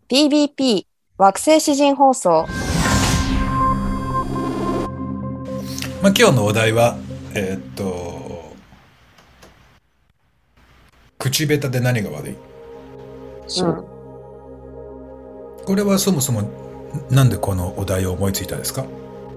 PBP 惑星詩人放送。 今日のお題は口下手で何が悪い。 そう、 これはそもそもなんでこのお題を思いついたんですか？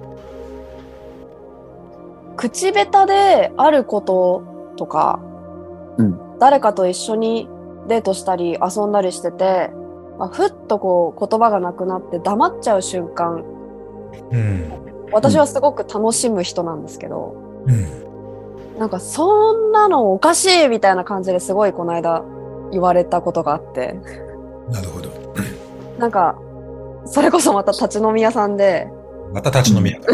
口下手であることとか、誰かと一緒にデートしたり遊んだりしてて、ふっとこう言葉がなくなって黙っちゃう瞬間、私はすごく楽しむ人なんですけど、なんかそんなのおかしいみたいな感じですごいこの間言われたことがあって。 なるほど。 なんかそれこそまた立ち飲み屋さんで、 立ち飲み屋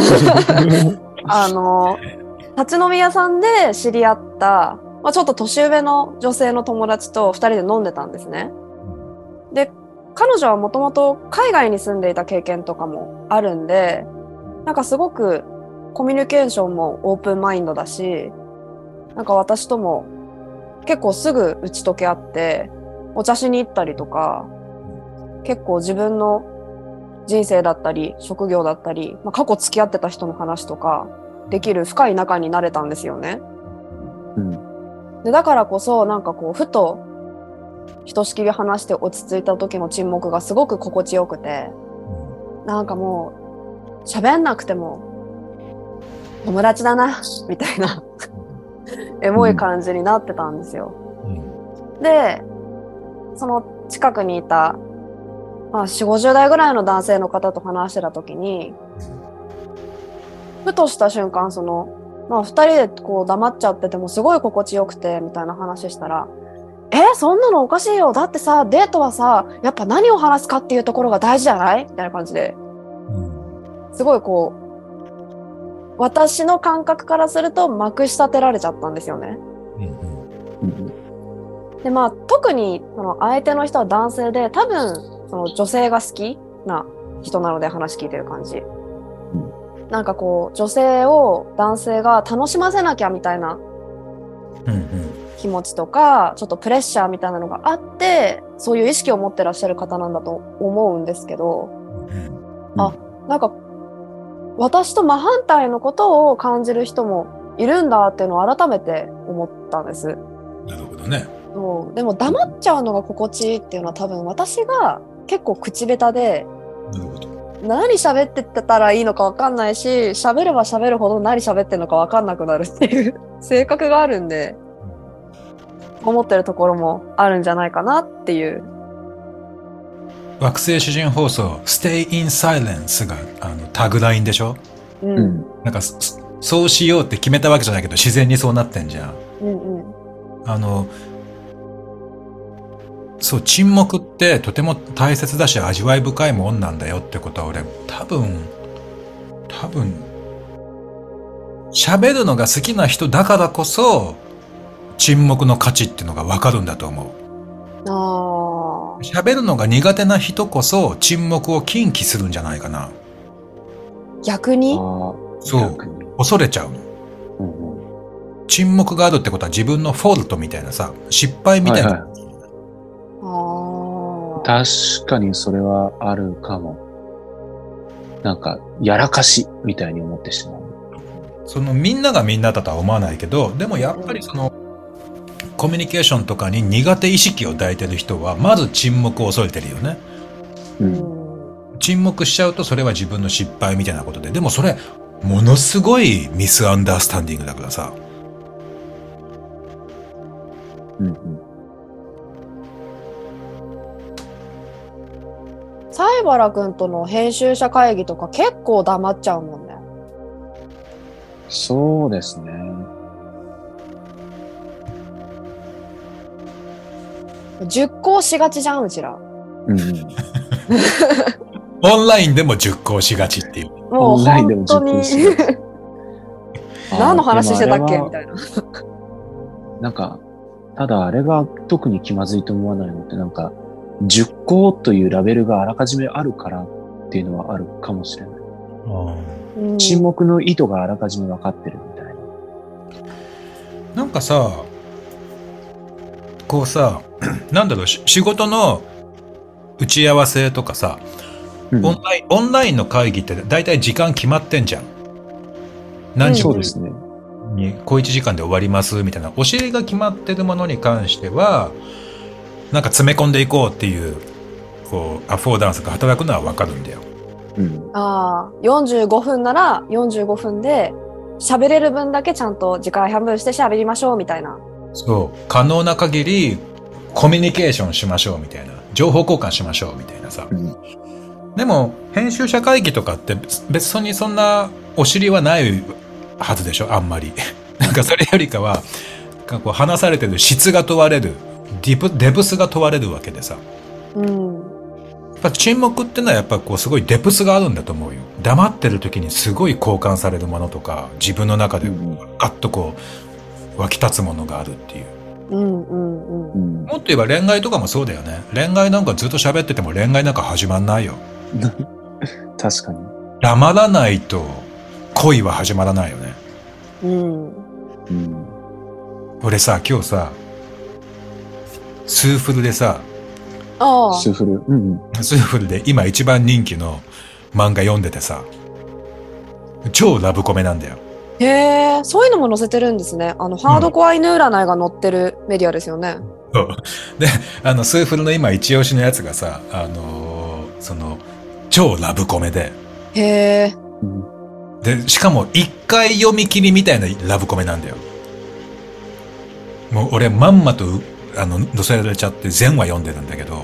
立ち飲み屋さんで知り合った、ちょっと年上の女性の友達と2人で飲んでたんですね。で、彼女はもともと海外に住んでいた経験とかもあるんで、なんかすごくコミュニケーションもオープンマインドだし、なんか私とも結構すぐ打ち解け合ってお茶しに行ったりとか、結構自分の人生だったり職業だったり、過去付き合ってた人の話とかできる深い仲になれたんですよね。で、だからこそなんかこうふとひとしきり話して落ち着いた時の沈黙がすごく心地よくて、なんかもう喋んなくても友達だなみたいなエモい感じになってたんですよ。で、その近くにいた、4、50代ぐらいの男性の方と話してた時に、ふとした瞬間、2人でこう黙っちゃっててもすごい心地よくてみたいな話したら、そんなのおかしいよ。だってさ、デートはさ、やっぱ何を話すかっていうところが大事じゃない？みたいな感じで、すごいこう、私の感覚からするとまくし立てられちゃったんですよね。で、特にその相手の人は男性で、多分その女性が好きな人なので話聞いてる感じ。なんかこう女性を男性が楽しませなきゃみたいな気持ちとか、ちょっとプレッシャーみたいなのがあって、そういう意識を持ってらっしゃる方なんだと思うんですけど、なんか私と真反対のことを感じる人もいるんだっていうのを改めて思ったんです。 なるほどね。 でも黙っちゃうのが心地いいっていうのは多分私が結構口下手で、何喋ってたらいいのか分かんないし、喋れば喋るほど何喋ってんのか分かんなくなるっていう性格があるんで、思ってるところもあるんじゃないかなっていう。 惑星詩人放送 Stay in Silence がタグラインでしょ。なんかそうしようって決めたわけじゃないけど自然にそうなってんじゃん。そう、沈黙ってとても大切だし味わい深いもんなんだよってことは俺多分喋るのが好きな人だからこそ沈黙の価値っていうのが分かるんだと思う。喋るのが苦手な人こそ沈黙を禁忌するんじゃないかな。 逆に？ そう、恐れちゃうの。沈黙があるってことは自分のフォルトみたいなさ、失敗みたいな。 確かにそれはあるかも。なんかやらかしみたいに思ってしまう。 みんながみんなだとは思わないけど、でもやっぱりコミュニケーションとかに苦手意識を抱いてる人はまず沈黙を恐れてるよね。沈黙しちゃうとそれは自分の失敗みたいなことで、でもそれものすごいミスアンダースタンディングだからさ。 西原くんとの編集者会議とか結構黙っちゃうもんね。 そうですね。 熟考しがちじゃん、うちら。 オンラインでも熟考しがちっていう。 もう本当に何の話してたっけみたいな。 なんか、ただあれが特に気まずいと思わないのって、なんか熟考というラベルがあらかじめあるからっていうのはあるかもしれない。沈黙の意図があらかじめ分かってるみたいな。 なんかさ、こうさ、なんだろう、仕事の打ち合わせとかさ、オンラインの会議って大体時間決まってんじゃん。何時に小1時間で終わりますみたいな、お尻が決まってるものに関しては、なんか詰め込んでいこうっていう、こう、アフォーダンスが働くのはわかるんだよ。 ああ、45分なら45分で、喋れる分だけちゃんと時間半分して喋りましょうみたいな。 そう。可能な限り、コミュニケーションしましょうみたいな。情報交換しましょうみたいなさ。でも、編集者会議とかって別にそんなお尻はないはずでしょ、あんまり。なんかそれよりかは、こう話されてる質が問われる、デプスが問われるわけでさ。やっぱ沈黙ってのはやっぱこうすごいデプスがあるんだと思うよ。黙ってる時にすごい交換されるものとか、自分の中でガッとこう湧き立つものがあるっていう。もっと言えば恋愛とかもそうだよね。恋愛なんかずっと喋ってても恋愛なんか始まんないよ。 確かに。 黙らないと恋は始まらないよね。俺さ、今日さ、スーフルでさ、 スーフル。 スーフルで今一番人気の漫画読んでてさ、超ラブコメなんだよ。 へえ、そういうのも載せてるんですね。ハードコア犬占いが載ってるメディアですよね。 そう。で、スーフルの今一押しのやつがさ、その、超ラブコメで。 へえ。 で、しかも一回読み切りみたいなラブコメなんだよ。もう俺まんまと、載せられちゃって全話読んでるんだけど。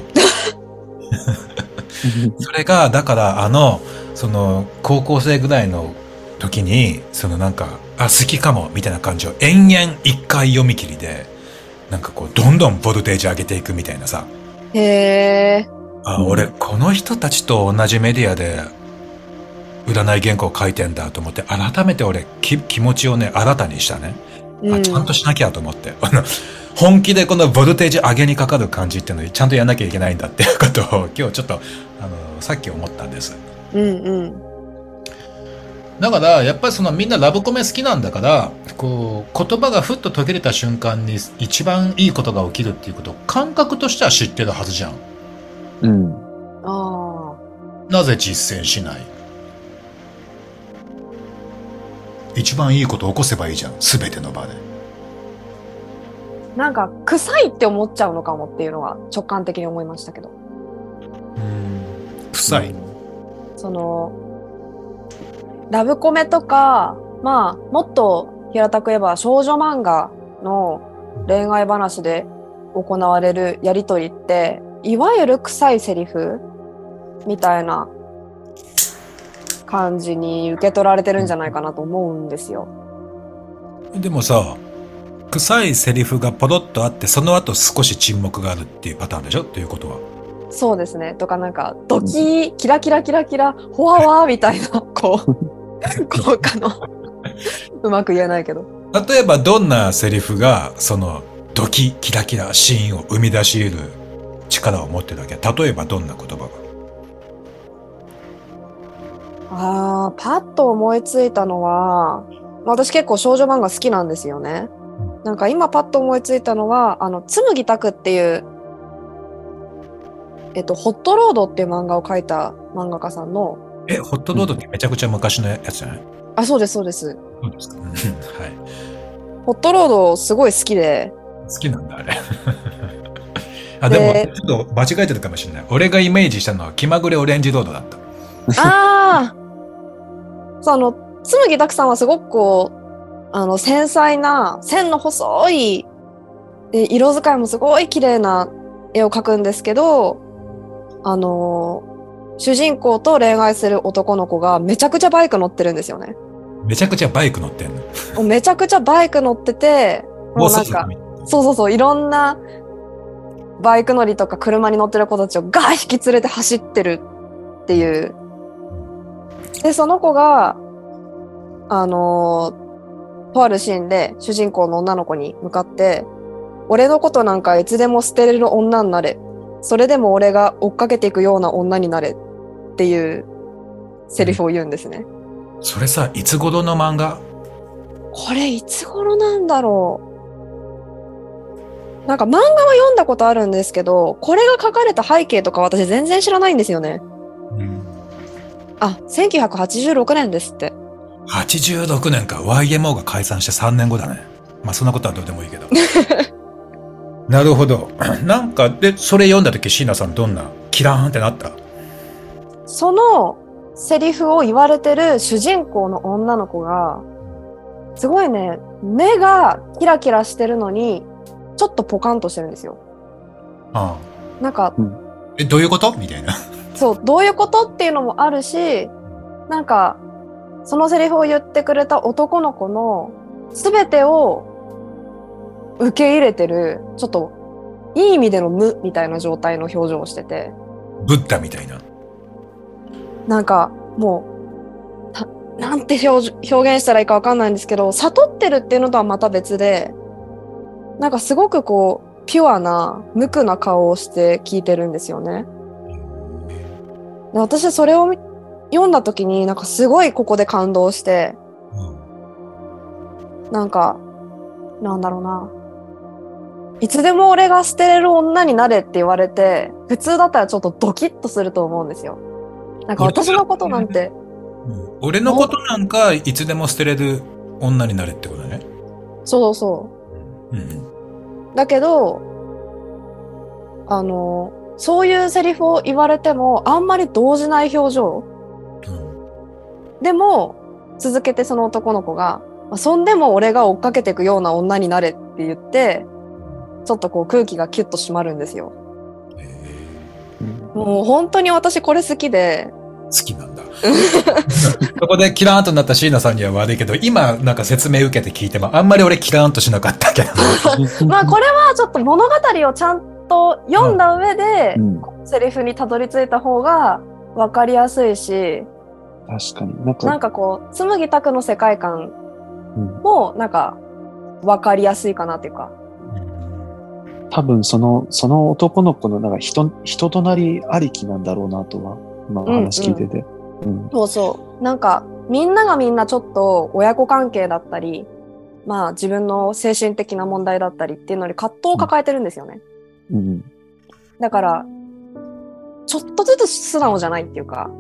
それが、だから、その、高校生ぐらいの時に、そのなんか、好きかも、みたいな感じを延々一回読み切りで、なんかこう、どんどんボルテージ上げていくみたいなさ。 へー。俺、この人たちと同じメディアで、占い原稿を書いてんだと思って、改めて俺、気持ちをね、新たにしたね。ちゃんとしなきゃと思って。本気でこのボルテージ上げにかかる感じっていうのにちゃんとやんなきゃいけないんだっていうことを今日ちょっとさっき思ったんです。だからやっぱりそのみんなラブコメ好きなんだから、こう言葉がふっと途切れた瞬間に一番いいことが起きるっていうことを感覚としては知ってるはずじゃん。なぜ実践しない？一番いいことを起こせばいいじゃん、すべての場で。 なんか臭いって思っちゃうのかもっていうのは直感的に思いましたけど。 臭い。 そのラブコメとか、まあもっと平たく言えば少女漫画の恋愛話で行われるやりとりって、いわゆる臭いセリフみたいな感じに受け取られてるんじゃないかなと思うんですよ。 でもさ、臭いセリフがポロッとあってその後少し沈黙があるっていうパターンでしょっていうことは。 そうですね。とかなんかドキー、キラキラキラキラホワワーみたいなこう効果のうまく言えないけど、 例えばどんなセリフがそのドキキラキラシーンを生み出し得る力を持ってるわけ？例えばどんな言葉が？ パッと思いついたのは、私結構少女漫画好きなんですよね。なんか今パッと思いついたのは、紬拓っていう、ホットロードっていう漫画を描いた漫画家さんの。 ホットロードってめちゃくちゃ昔のやつじゃない？ そうです、そうです。 そうですか。はい。 ホットロードすごい好きで。 好きなんだ、あれ。でも、ちょっと間違えてるかもしれない。俺がイメージしたのは気まぐれオレンジロードだった。 紬拓さんはすごくこう、繊細な線の細い、色使いもすごい綺麗な絵を描くんですけど、主人公と恋愛する男の子がめちゃくちゃバイク乗ってるんですよね。 めちゃくちゃバイク乗ってんの？ めちゃくちゃバイク乗ってて、もうなんか、そう、いろんなバイク乗りとか車に乗ってる子たちをガー引き連れて走ってるっていう。で、その子が、とあるシーンで主人公の女の子に向かって、俺のことなんかいつでも捨てれる女になれ。それでも俺が追っかけていくような女になれっていうセリフを言うんですね。 それさ、いつ頃の漫画？ これいつ頃なんだろなんか漫画は読んだことあるんですけど、これが書かれた背景とか私全然知らないんですよね。 うん、 あ、1986年ですって。 86年か。YMO が解散して3年後だね。まあそんなことはどうでもいいけど。なるほど。なんか、で、それ読んだ時、椎名さんどんな、キラーンってなった？ そのセリフを言われてる主人公の女の子が、すごいね、目がキラキラしてるのに、ちょっとポカンとしてるんですよ。 ああ。なんか、 どういうことみたいな。 そう、どういうことっていうのもあるし、なんか、そのセリフを言ってくれた男の子の全てを受け入れてる、ちょっといい意味での無みたいな状態の表情をしてて。 ブッダみたいな。 なんか、もう、なんて表現したらいいかわかんないんですけど、悟ってるっていうのとはまた別で、なんかすごくこう、ピュアな、無垢な顔をして聞いてるんですよね。で、私それを読んだ時になんかすごいここで感動して、なんか、なんだろうな。いつでも俺が捨てれる女になれって言われて、普通だったらちょっとドキッとすると思うんですよ。なんか私のことなんて。 俺のことなんかいつでも捨てれる女になれってことね。 そうそう。だけど、そういうセリフを言われてもあんまり動じない表情。でも、続けてその男の子が、そんでも俺が追っかけていくような女になれって言って、ちょっとこう空気がキュッと締まるんですよ。もう本当に私これ好きで。 好きなんだ。そこでキラーンとなった椎名さんには悪いけど、今なんか説明受けて聞いてもあんまり俺キラーンとしなかったけど。 まあこれはちょっと物語をちゃんと読んだ上で、セリフにたどり着いた方が分かりやすいし、 確かになんかこう、紬拓の世界観もなんか分かりやすいかなっていうか。 多分その男の子のなんか人となりありきなんだろうなとは、今話聞いてて。 そうそう。なんかみんながみんなちょっと親子関係だったり、まあ自分の精神的な問題だったりっていうのに葛藤を抱えてるんですよね。だから、ちょっとずつ素直じゃないっていうか。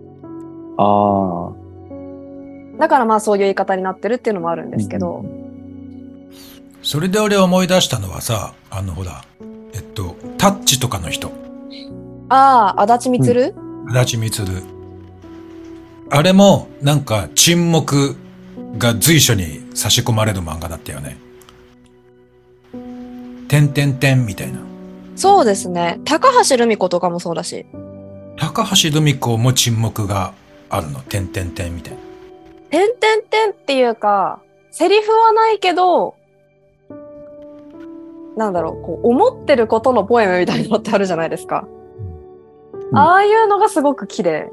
だからまあそういう言い方になってるっていうのもあるんですけど。 それで俺思い出したのはさ、ほら、タッチとかの人。 足立みつる？ 足立みつる。あれも、なんか、沈黙が随所に差し込まれる漫画だったよね。てんてんてんみたいな。 そうですね。高橋留美子とかもそうだし。 高橋留美子も沈黙があるの。てんてんてんみたいな。 てんてんてんっていうか、セリフはないけど、なんだろう、こう、思ってることのポエムみたいなのってあるじゃないですか。ああいうのがすごく綺麗。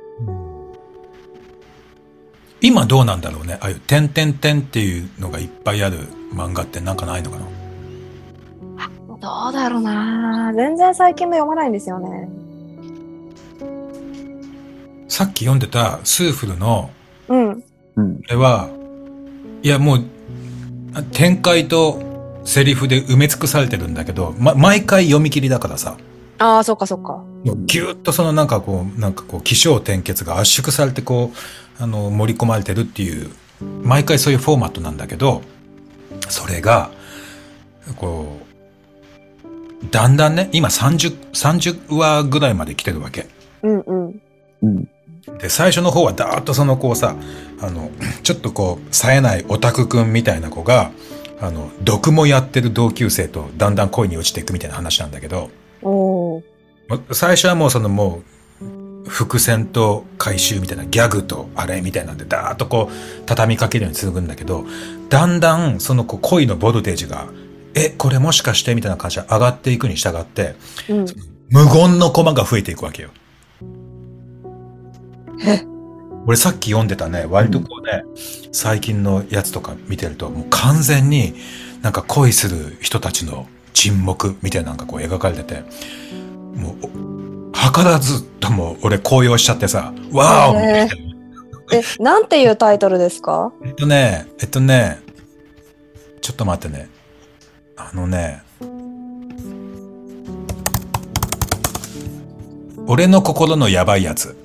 今どうなんだろうね。ああいうてんてんてんっていうのがいっぱいある漫画ってなんかないのかな。 どうだろうな。全然最近も読まないんですよね。 さっき読んでたスーフルの、 これは、いやもう、展開とセリフで埋め尽くされてるんだけど、毎回読み切りだからさ。 ああ、そっかそっか。 ぎゅーっとそのなんかこう、起承転結が圧縮されてこう、盛り込まれてるっていう、毎回そういうフォーマットなんだけど、それが、こう、だんだんね、今30話ぐらいまで来てるわけ。で、最初の方はだーっとそのこうさ、ちょっとこう、冴えないオタクくんみたいな子が、毒もやってる同級生とだんだん恋に落ちていくみたいな話なんだけど、最初はもうもう、伏線と回収みたいなギャグとあれみたいなんでだーっとこう、畳みかけるように続くんだけど、だんだんその恋のボルテージが、これもしかしてみたいな感じで上がっていくに従って、無言のコマが増えていくわけよ。俺さっき読んでたね、割とこうね、最近のやつとか見てると、もう完全になんか恋する人たちの沈黙みたいなのがこう描かれてて、もう、図らずとも俺高揚しちゃってさ、わーおなんていうタイトルですか？ ちょっと待ってね。 俺の心のやばいやつ。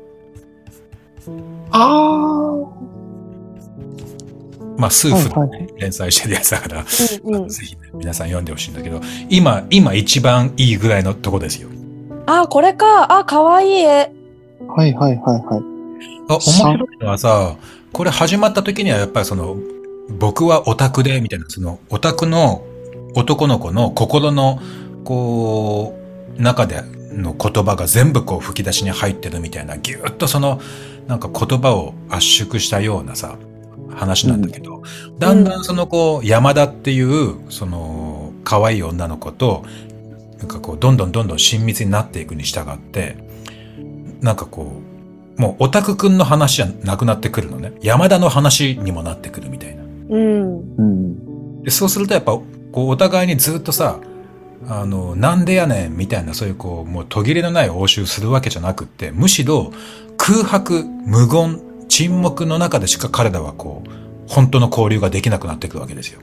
まあ、数分連載してるやつだから、ぜひ、ね、皆さん読んでほしいんだけど、今一番いいぐらいのとこですよ。 あ、これか。あ、かわいい絵。 はいはいはいはい。 面白いのはさ、これ始まった時にはやっぱり僕はオタクで、みたいな、オタクの男の子の心の、こう、中での言葉が全部こう吹き出しに入ってるみたいな、ぎゅーっとなんか言葉を圧縮したようなさ、話なんだけど、だんだん山田っていう、可愛い女の子と、なんかこう、どんどん親密になっていくに従って、なんかこう、もうオタクくんの話じゃなくなってくるのね。山田の話にもなってくるみたいな。で、そうするとやっぱ、こう、お互いにずっとさ、なんでやねんみたいな、そういうこう、もう途切れのない応酬するわけじゃなくって、むしろ空白、無言、沈黙の中でしか彼らはこう、本当の交流ができなくなっていくわけですよ。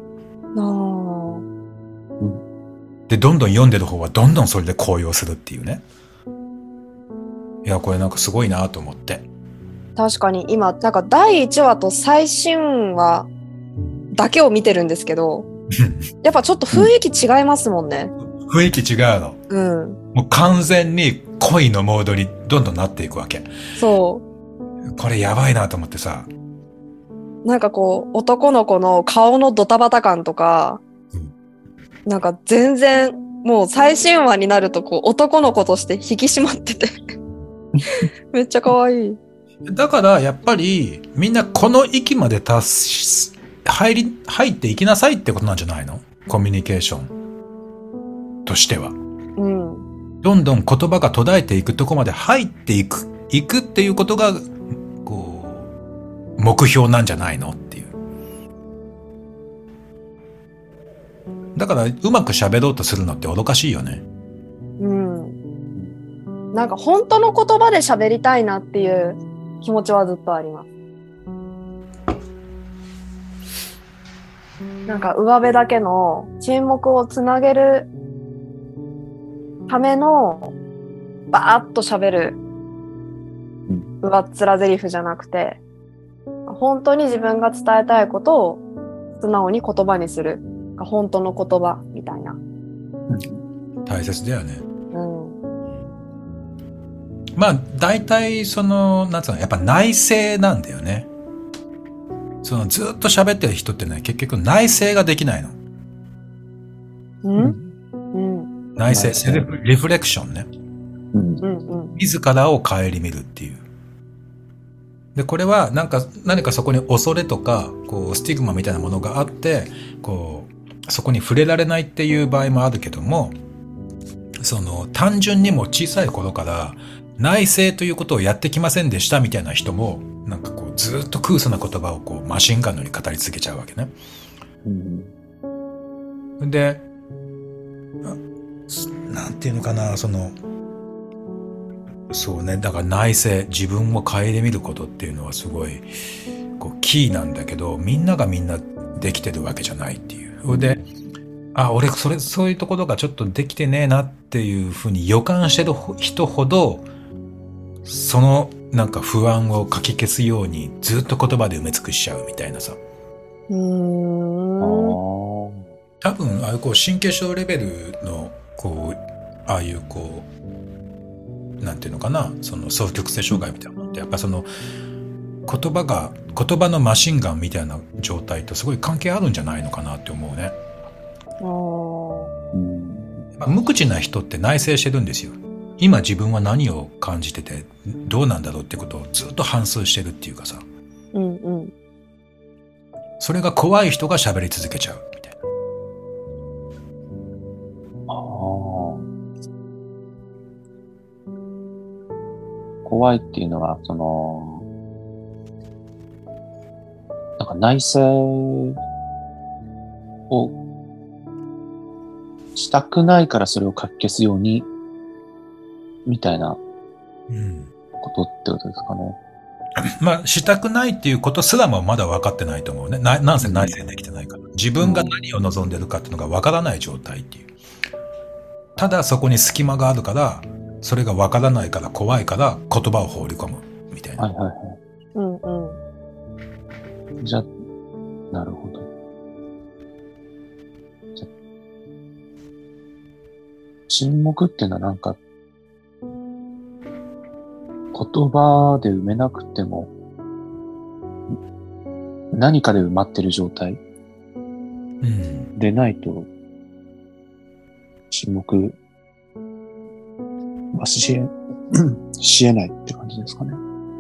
で、どんどん読んでる方はどんどんそれで高揚するっていうね。いや、これなんかすごいなと思って。 確かに今、なんか第1話と最新話だけを見てるんですけど、やっぱちょっと雰囲気違いますもんね。 雰囲気違うの。もう完全に恋のモードにどんどんなっていくわけ。 そう。 これやばいなと思ってさ。 なんかこう、男の子の顔のドタバタ感とか、なんか全然、もう最新話になるとこう、男の子として引き締まってて。めっちゃ可愛い。 だからやっぱりみんなこの域まで入っていきなさいってことなんじゃないの？コミュニケーションとしては。どんどん言葉が途絶えていくとこまで入っていくっていうことが、こう、目標なんじゃないのっていう。だからうまく喋ろうとするのって愚かしいよね。 なんか本当の言葉で喋りたいなっていう気持ちはずっとあります。なんか上辺だけの沈黙をつなげるためのバーッと喋る上っ面台詞じゃなくて、本当に自分が伝えたいことを素直に言葉にするが本当の言葉みたいな。 大切だよね。まあ大体なんつうの、やっぱ内省なんだよね。ずっと喋ってる人ってね、結局内省ができないの。内省、セルフリフレクションね。自らを顧みるっていう。で、これは何かそこに恐れとか、こう、スティグマみたいなものがあって、こう、そこに触れられないっていう場合もあるけども、単純にも小さい頃から、内省ということをやってきませんでしたみたいな人も、なんかこう、ずっと空想な言葉をこう、マシンガンのように語り続けちゃうわけね。で、なんていうのかな、そうね、だから内省、自分を顧みることっていうのはすごい、こう、キーなんだけど、みんながみんなできてるわけじゃないっていう。で、俺、そういうところがちょっとできてねえなっていうふうに予感してる人ほど、なんか不安をかき消すようにずっと言葉で埋め尽くしちゃうみたいなさ。多分、こう、神経症レベルの、こう、ああいうこう、なんていうのかな、双極性障害みたいなのって、やっぱ言葉のマシンガンみたいな状態とすごい関係あるんじゃないのかなって思うね。無口な人って内省してるんですよ。今自分は何を感じててどうなんだろうってことをずっと反芻してるっていうかさ、それが怖い人が喋り続けちゃうみたいな。 怖いっていうのはなんか内省をしたくないからそれをかき消すようにみたいなことってことですかね。 まあ、したくないっていうことすらもまだ分かってないと思うね。なんせ内省できてないから。自分が何を望んでるかっていうのが分からない状態っていう。ただそこに隙間があるから、 それがわからないから怖いから言葉を放り込むみたいな。 はいはいはい。 うんうん。 じゃあ、なるほど。じゃ沈黙っていうのはなんか、言葉で埋めなくても、何かで埋まってる状態でないと、沈黙はしえないって感じですかね。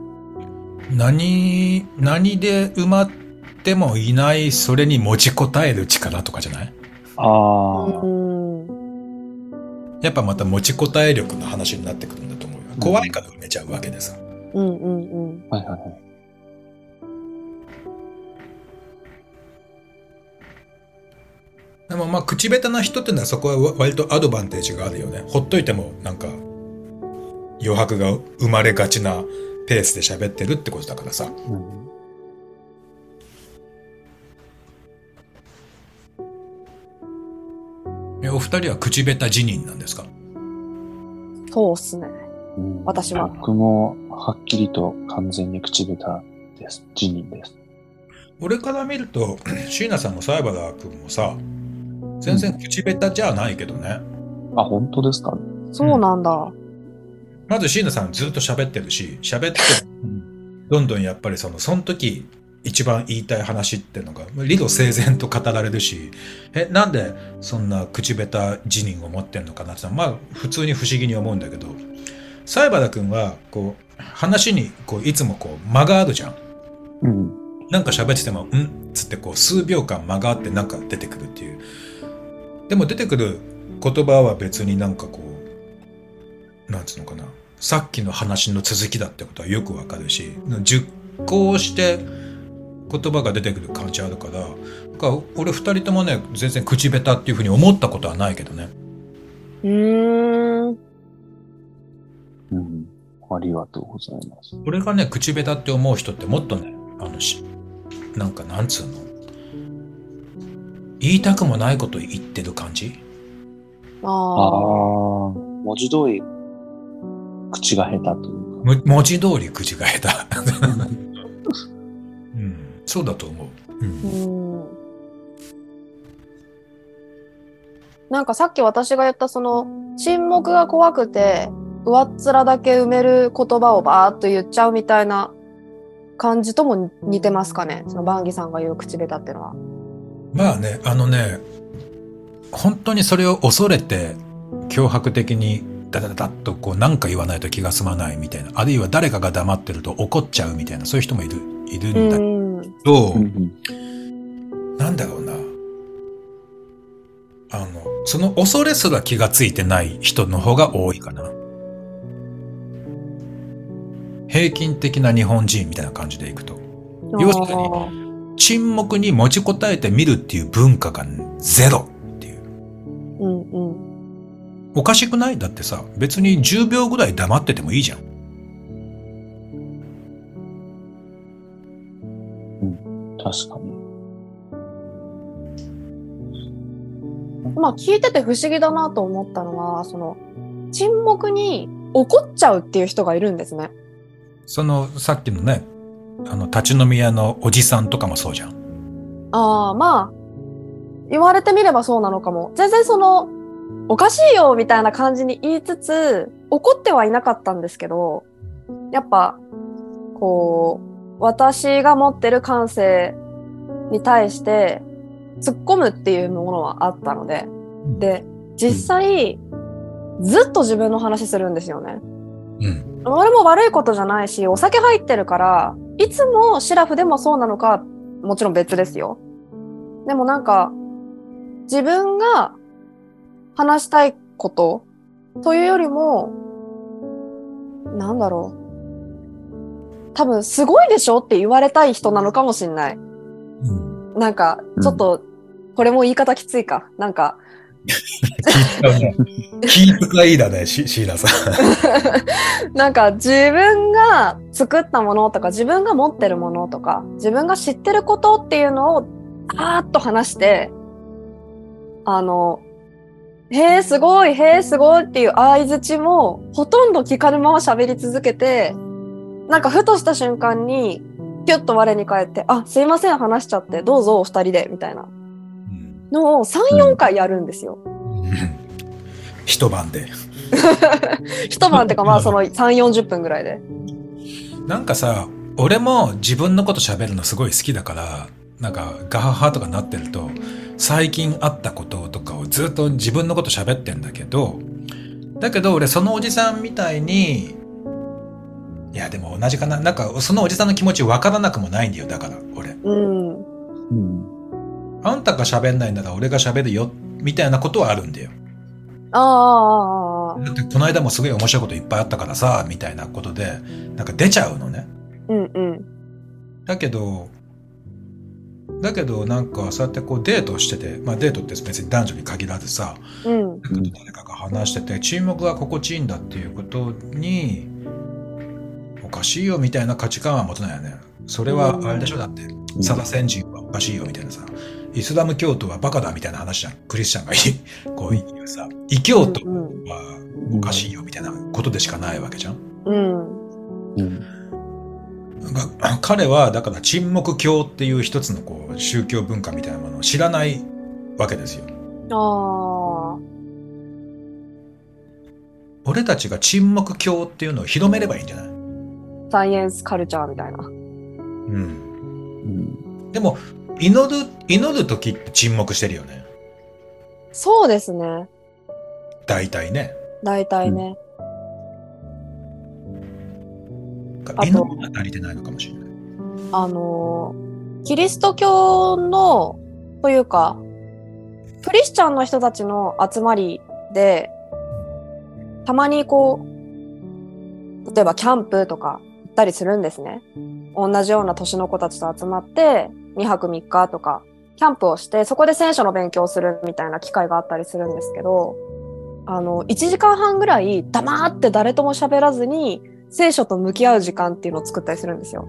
何で埋まってもいない、それに持ちこたえる力とかじゃない？ ああ。 やっぱまた持ちこたえ力の話になってくるんだと思うよ。怖いから埋めちゃうわけでさ。 うんうんうん。 はいはいはい。 でもまあ口下手な人ってのはそこは割とアドバンテージがあるよね。ほっといてもなんか余白が生まれがちなペースで喋ってるってことだからさ。お二人は口下手辞任なんですか？ そうっすね。私は。 僕もはっきりと完全に口下手です。辞任です。 俺から見ると椎名さんも西原君もさ、全然口下手じゃないけどね。 あ、本当ですか？ そうなんだ。 まず椎名さんずっと喋ってるし、喋ってどんどんやっぱりその時一番言いたい話っていうのが理路整然と語られるし、なんでそんな口下手辞任を持ってんのかなってまあ普通に不思議に思うんだけど、西原君はこう話にこういつもこう間があるじゃん。なんか喋っててもつってこう数秒間間があってなんか出てくるっていう。でも出てくる言葉は別になんかこうなんつうのかな、さっきの話の続きだってことはよくわかるし、熟考して言葉が出てくる感じあるから、俺二人ともね全然口下手っていうふうに思ったことはないけどね。 ありがとうございます。 俺がね口下手って思う人ってもっとねなんかなんつうの、言いたくもないこと言ってる感じ。 文字通り口が下手というか。 文字通り口が下手。そうだと思う。 なんかさっき私が言ったその沈黙が怖くて上っ面だけ埋める言葉をバーッと言っちゃうみたいな感じとも似てますかね。そのバンギさんが言う口下手ってのは。 まあね、本当にそれを恐れて脅迫的にダダダダッとこう何か言わないと気が済まないみたいな、あるいは誰かが黙ってると怒っちゃうみたいな、そういう人もいるんだけど、なんだろうな、その恐れすら気がついてない人の方が多いかな。平均的な日本人みたいな感じでいくと、要するに沈黙に持ちこたえてみるっていう文化がゼロっていう。おかしくない？だってさ、別に10秒ぐらい黙っててもいいじゃん。 確かに。 まあ聞いてて不思議だなと思ったのは、その沈黙に怒っちゃうっていう人がいるんですね。 さっきのね、立ち飲み屋のおじさんとかもそうじゃん。 まあ言われてみればそうなのかも。全然おかしいよみたいな感じに言いつつ怒ってはいなかったんですけど、やっぱこう私が持ってる感性に対して突っ込むっていうものはあったので、で実際、ずっと自分の話するんですよね。俺も悪いことじゃないし、お酒入ってるからいつもシラフでもそうなのかもちろん別ですよ。でもなんか自分が話したいことというよりも、なんだろう、多分すごいでしょって言われたい人なのかもしんない。なんかちょっと、これも言い方きついか、なんか気遣いだね、シーラさん。 なんか自分が作ったものとか自分が持ってるものとか自分が知ってることっていうのをあーっと話して、 へえ、すごい、へえ、すごいっていう相槌も、ほとんど聞かぬまま喋り続けて、なんかふとした瞬間に、ピュッと我に返って、あ、すいません、話しちゃって、どうぞお二人で、みたいなのを3、4回やるんですよ。 一晩で。 一晩ってか、まあその3、40分ぐらいで。 なんかさ、俺も自分のこと喋るのすごい好きだから、なんかガハハとかなってると、最近あったこととかをずっと自分のこと喋ってんだけど俺そのおじさんみたいに、いやでも同じかな、なんかそのおじさんの気持ちわからなくもないんだよ。だから俺、あんたが喋んないなら俺が喋るよみたいなことはあるんだよ。だってこの間もすごい面白いこといっぱいあったからさみたいなことでなんか出ちゃうのね。だけどなんかそうやってこうデートしてて、まあデートって別に男女に限らずさ、なんか誰かが話してて沈黙が心地いいんだっていうことに、おかしいよみたいな価値観は持たないよね。それはあれでしょ、だってサダ先人はおかしいよみたいなさ、イスラム教徒はバカだみたいな話じゃん。クリスチャンがこう言うさ、異教徒はおかしいよみたいなことでしかないわけじゃん。彼はだから沈黙教っていう一つのこう宗教文化みたいなものを知らないわけですよ。俺たちが沈黙教っていうのを広めればいいんじゃない？ サイエンスカルチャーみたいな。 でも祈る時って沈黙してるよね。 そうですね。 大体ね。祈りが足りてないのかもしれない。 キリスト教のというかクリスチャンの人たちの集まりでたまにこう例えばキャンプとか行ったりするんですね。同じような年の子たちと集まって2泊3日とかキャンプをしてそこで聖書の勉強をするみたいな機会があったりするんですけど、1時間半ぐらい黙って誰とも喋らずに聖書と向き合う時間っていうのを作ったりするんですよ。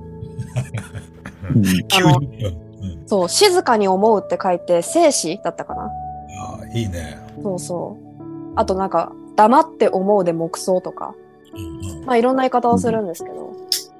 そう、静かに思うって書いて静止だったかな。 いいね。 あとなんか黙って思うで黙想とか、まあいろんな言い方をするんですけど、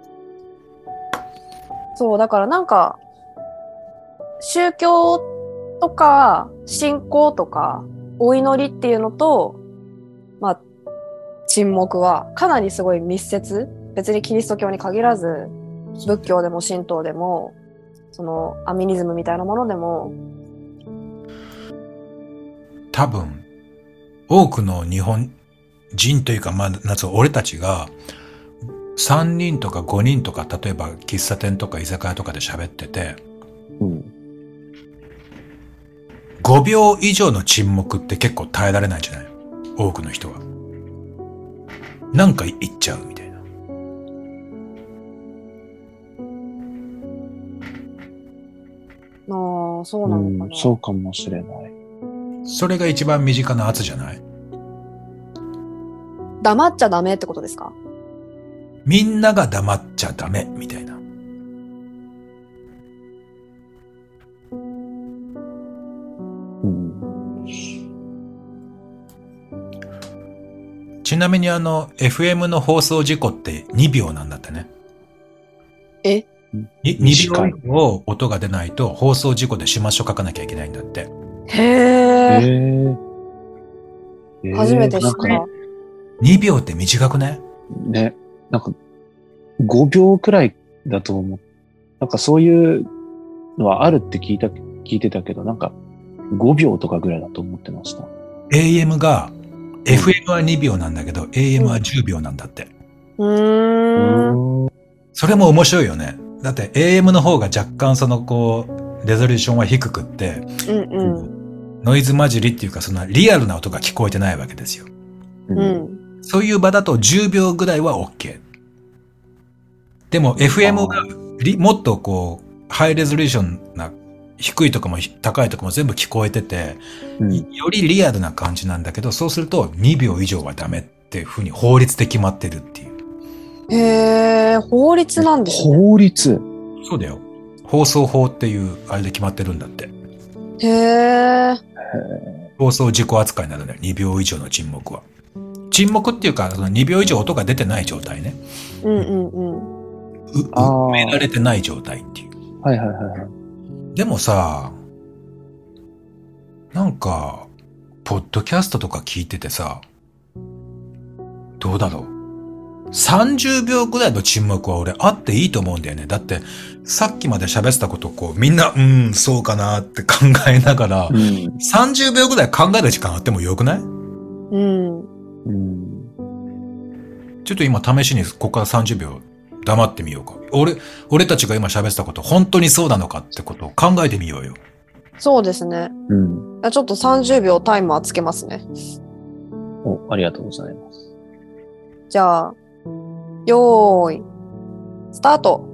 そうだからなんか宗教とか信仰とかお祈りっていうのとまあ沈黙はかなりすごい密接、別にキリスト教に限らず仏教でも神道でもそのアミニズムみたいなものでも多分多くの日本人というかまあ俺たちが3人とか5人とか例えば喫茶店とか居酒屋とかで喋ってて、5秒以上の沈黙って結構耐えられないんじゃない？多くの人は。なんか言っちゃうみたいな。 そうなのかな。 そうかもしれない。 それが一番身近な圧じゃない？ 黙っちゃダメってことですか？ みんなが黙っちゃダメみたいな。ちなみにFM の放送事故って2秒なんだってね。2秒を音が出ないと放送事故で始末書書かなきゃいけないんだって。 初めて知った。 2秒って短くね？ ね。なんか5秒くらいだと思う。なんかそういうのはあるって聞いてたけど、なんか5秒とかぐらいだと思ってました。 AM が、FM は2秒なんだけど、AM は10秒なんだって。それも面白いよね。だって AM の方が若干レゾリューションは低くって、ノイズ混じりっていうかそのリアルな音が聞こえてないわけですよ。そういう場だと10秒ぐらいは OK。でも FM はもっとハイレゾリューションな低いとこも高いとこも全部聞こえてて、よりリアルな感じなんだけど、そうすると2秒以上はダメっていうふうに法律で決まってるっていう。 法律なんですね。 法律？ そうだよ。放送法っていうあれで決まってるんだって。 放送事故扱いになるね。2秒以上の沈黙は。沈黙っていうか、その2秒以上音が出てない状態ね。埋められてない状態っていう。 はいはいはいはい。 でもさ、なんか、ポッドキャストとか聞いててさ、どうだろう。30秒ぐらいの沈黙は俺あっていいと思うんだよね。だって、さっきまで喋ってたことをこう、みんな、そうかなって考えながら、30秒ぐらい考える時間あってもよくない？ちょっと今試しにここから30秒黙ってみようか。俺たちが今喋ってたこと本当にそうなのかってことを考えてみようよ。 そうですね。ちょっと30秒タイマーつけますね。 ありがとうございます。 じゃあ、よーい、スタート。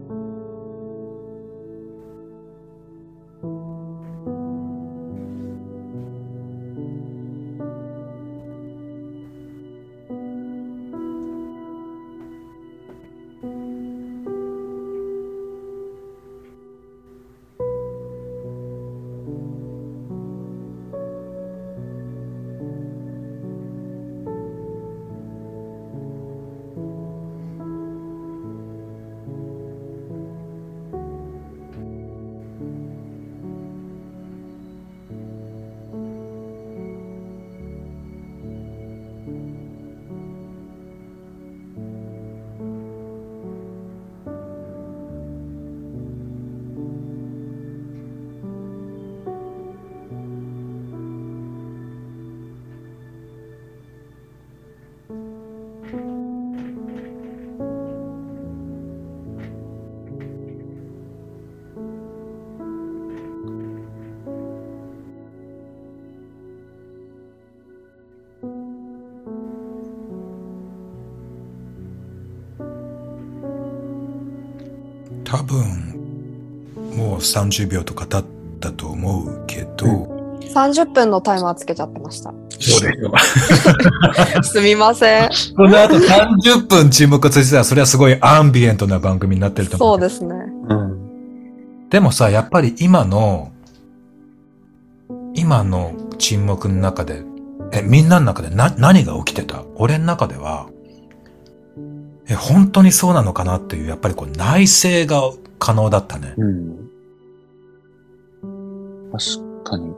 多分、もう30秒とか経ったと思うけど、 30分のタイマーつけちゃってました。 そうですよ。 すみません。 この後30分沈黙ついてたら、それはすごいアンビエントな番組になってると思う。 そうですね。 でもさ、やっぱり今の沈黙の中で、みんなの中で何が起きてた？俺の中では、本当にそうなのかなっていう、やっぱりこう内省が可能だったね。 確かに。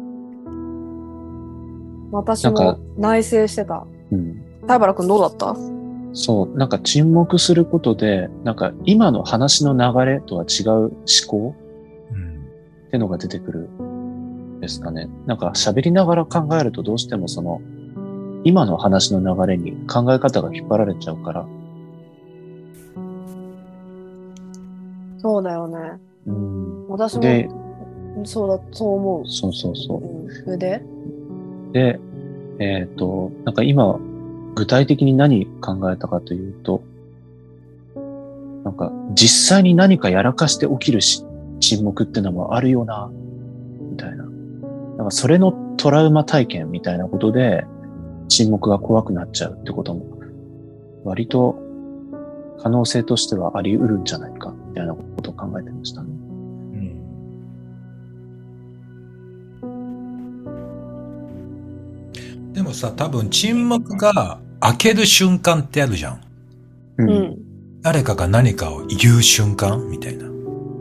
私も内省してた。灰原くんどうだった？ そう、なんか沈黙することで、なんか今の話の流れとは違う思考ってのが出てくるんですかね。なんか喋りながら考えるとどうしてもその今の話の流れに考え方が引っ張られちゃうから。 そうだよね。私もそう思う。 そうそうそう。 で、 なんか今具体的に何考えたかというと、なんか実際に何かやらかして起きる沈黙ってのもあるよなみたいな。なんかそれのトラウマ体験みたいなことで沈黙が怖くなっちゃうってことも割と可能性としてはあり得るんじゃないかみたいなことを考えてましたね。 でもさ、多分沈黙が開ける瞬間ってあるじゃん。誰かが何かを言う瞬間みたいな。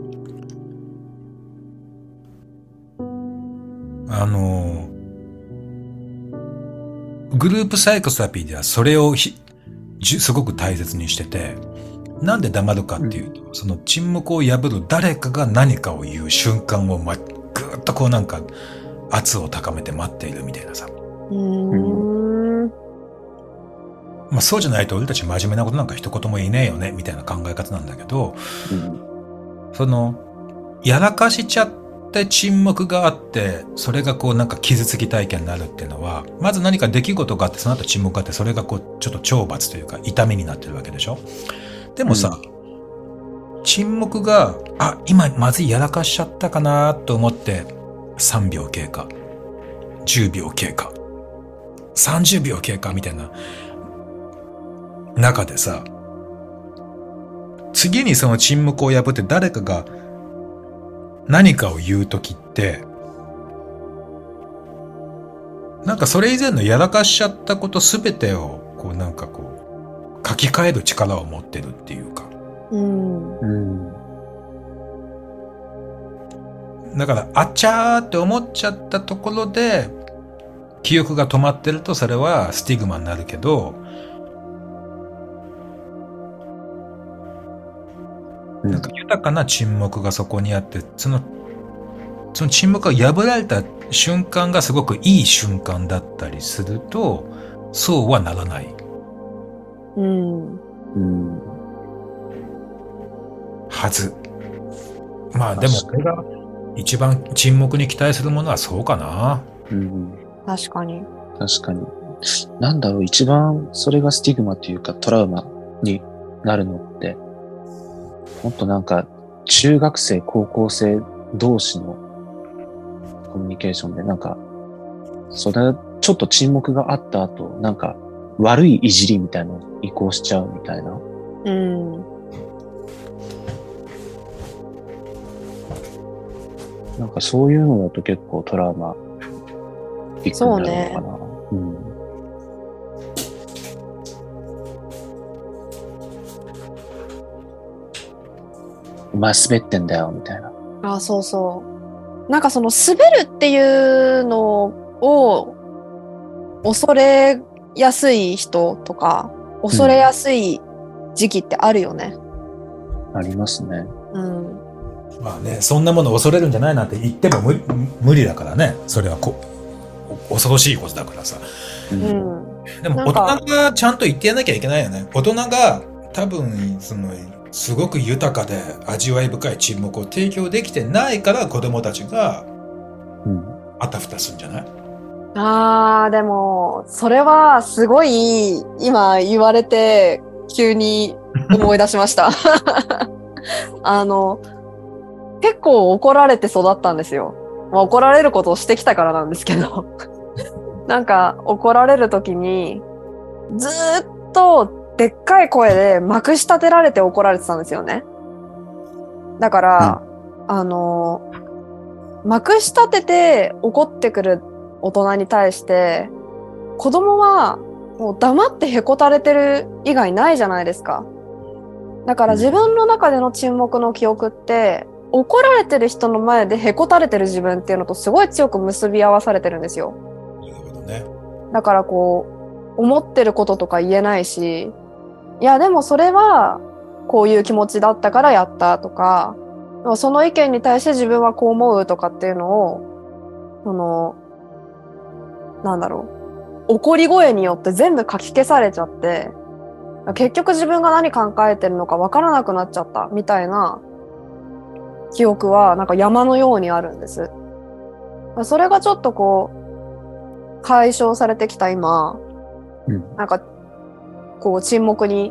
グループサイコセラピーではそれをすごく大切にしてて、なんで黙るかっていうと、その沈黙を破る誰かが何かを言う瞬間をぐーっとこうなんか圧を高めて待っているみたいなさ。まあそうじゃないと俺たち真面目なことなんか一言も言えねえよねみたいな考え方なんだけど、そのやらかしちゃって沈黙があって、それがこうなんか傷つき体験になるっていうのは、まず何か出来事があって、その後沈黙があって、それがこうちょっと懲罰というか痛みになってるわけでしょ。でもさ、沈黙が今まずいやらかしちゃったかなと思って3秒経過、10秒経過、30秒経過みたいな中でさ、次にその沈黙を破って誰かが何かを言うときって、 なんかそれ以前のやらかしちゃったことすべてを、こうなんかこう、書き換える力を持ってるっていうか。だから、あっちゃーって思っちゃったところで、記憶が止まってるとそれはスティグマになるけど、なんか豊かな沈黙がそこにあって、その沈黙が破られた瞬間がすごくいい瞬間だったりすると、そうはならない。はず。まあでも、これが一番沈黙に期待するものはそうかな。 確かに。 確かに。なんだろう、一番それがスティグマというかトラウマになるのって、もっとなんか中学生、高校生同士のコミュニケーションでなんか、それちょっと沈黙があった後、なんか悪いいじりみたいなのに移行しちゃうみたいな。なんかそういうのだと結構トラウマビッグになるのかな。お前滑ってんだよみたいな。 あ、そうそう。なんかその滑るっていうのを恐れやすい人とか恐れやすい時期ってあるよね。 ありますね。 まあね、そんなもの恐れるんじゃないなんて言っても無理だからね。それは恐ろしいことだからさ。でも大人がちゃんと言ってやらなきゃいけないよね。大人が多分すごく豊かで味わい深い沈黙を提供できてないから子供たちがあたふたするんじゃない？ でもそれはすごい今言われて急に思い出しました。結構怒られて育ったんですよ。まあ、怒られることをしてきたからなんですけど。なんか怒られるときにずーっとでっかい声でまくし立てられて怒られてたんですよね。だから、まくし立てて怒ってくる大人に対して子供はもう黙ってへこたれてる以外ないじゃないですか。だから自分の中での沈黙の記憶って怒られてる人の前でへこたれてる自分っていうのとすごい強く結び合わされてるんですよ。 なるほどね。 だからこう思ってることとか言えないし、いやでもそれはこういう気持ちだったからやったとか、その意見に対して自分はこう思うとかっていうのをなんだろう、怒り声によって全部かき消されちゃって、結局自分が何考えてるのか分からなくなっちゃったみたいな記憶はなんか山のようにあるんです。それがちょっとこう解消されてきた今、なんかこう沈黙に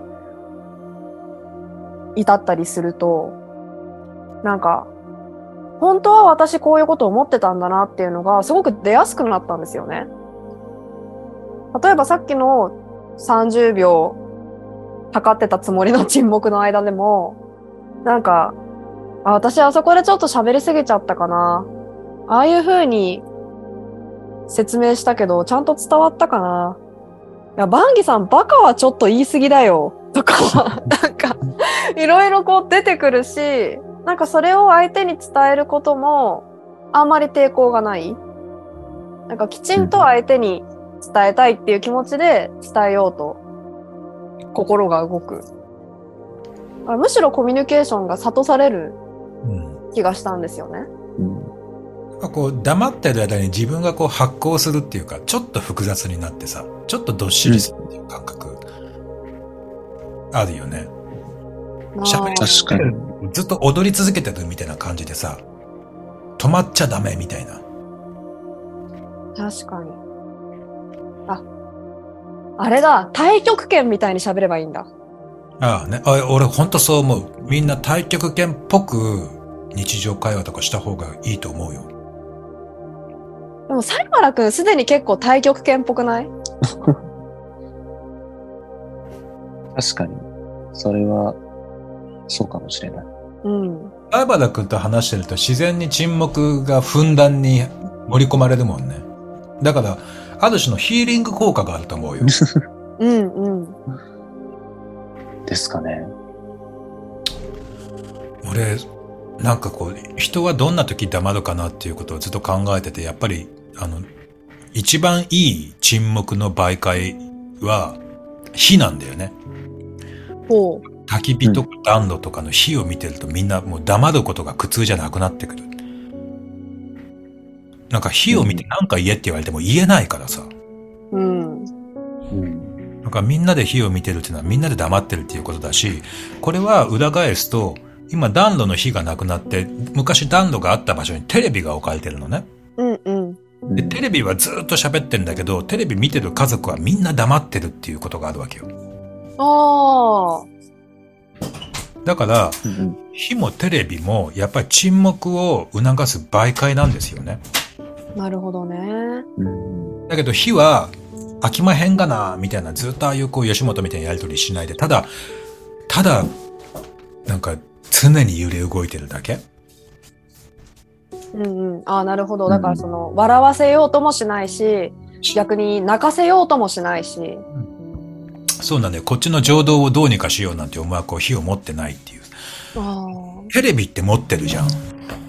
至ったりすると、なんか本当は私こういうことを思ってたんだなっていうのがすごく出やすくなったんですよね。例えばさっきの30秒測ってたつもりの沈黙の間でも、なんか私あそこでちょっと喋りすぎちゃったかな、ああいう風に説明したけどちゃんと伝わったかな、いやバンギさんバカはちょっと言い過ぎだよとかなんかいろいろこう出てくるし、なんかそれを相手に伝えることもあんまり抵抗がない。なんかきちんと相手に伝えたいっていう気持ちで伝えようと心が動く。むしろコミュニケーションが諭される気がしたんですよね。 こう黙ってる間に自分がこう発光するっていうか、ちょっと複雑になってさ、ちょっとどっしりするっていう感覚あるよね。 確かに。 ずっと踊り続けてるみたいな感じでさ、止まっちゃダメみたいな。 確かに。あれだ、太極拳みたいに喋ればいいんだ。 俺ほんとそう思う。みんな太極拳っぽく日常会話とかした方がいいと思うよ。 でもサイマラくんすでに結構太極拳っぽくない？ 確かに。それはそうかもしれない。 サイマラくんと話してると自然に沈黙がふんだんに盛り込まれるもんね。だからある種のヒーリング効果があると思うよ。 うんうん。 ですかね。 俺、なんかこう、人はどんな時黙るかなっていうことをずっと考えてて、やっぱり、一番いい沈黙の媒介は、火なんだよね。 ほう。 焚き火とか暖炉とかの火を見てるとみんなもう黙ることが苦痛じゃなくなってくる。なんか火を見てなんか言えって言われても言えないからさ。 うん。 なんかみんなで火を見てるっていうのはみんなで黙ってるっていうことだし、これは裏返すと、今暖炉の火がなくなって、昔暖炉があった場所にテレビが置かれてるのね。 うんうん。 で、テレビはずっと喋ってんだけど、テレビ見てる家族はみんな黙ってるっていうことがあるわけよ。 ああ。 だから、火もテレビもやっぱり沈黙を促す媒介なんですよね。 なるほどね。 だけど火は飽きまへんがなみたいな、ずっとああいうこう吉本みたいなやりとりしないで、ただなんか常に揺れ動いてるだけ。 うんうん。ああ、なるほど。だからその笑わせようともしないし、逆に泣かせようともしないし。 そうなんだよ。こっちの情動をどうにかしようなんて思惑を火を持ってないっていう。テレビって持ってるじゃん。